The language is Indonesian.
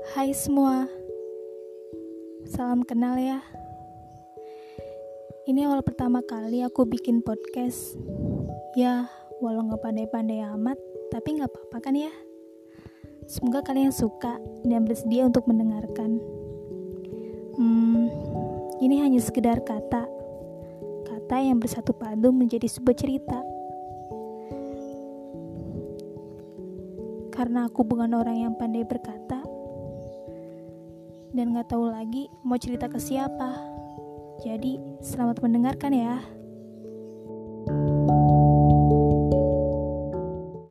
Hai semua, salam kenal ya. Ini awal pertama kali aku bikin podcast. Ya, walau gak pandai-pandai amat, tapi gak apa-apa kan ya. Semoga kalian suka dan bersedia untuk mendengarkan. Ini hanya sekedar kata yang bersatu padu menjadi sebuah cerita. Karena aku bukan orang yang pandai berkata dan gak tahu lagi mau cerita ke siapa. Jadi, selamat mendengarkan ya.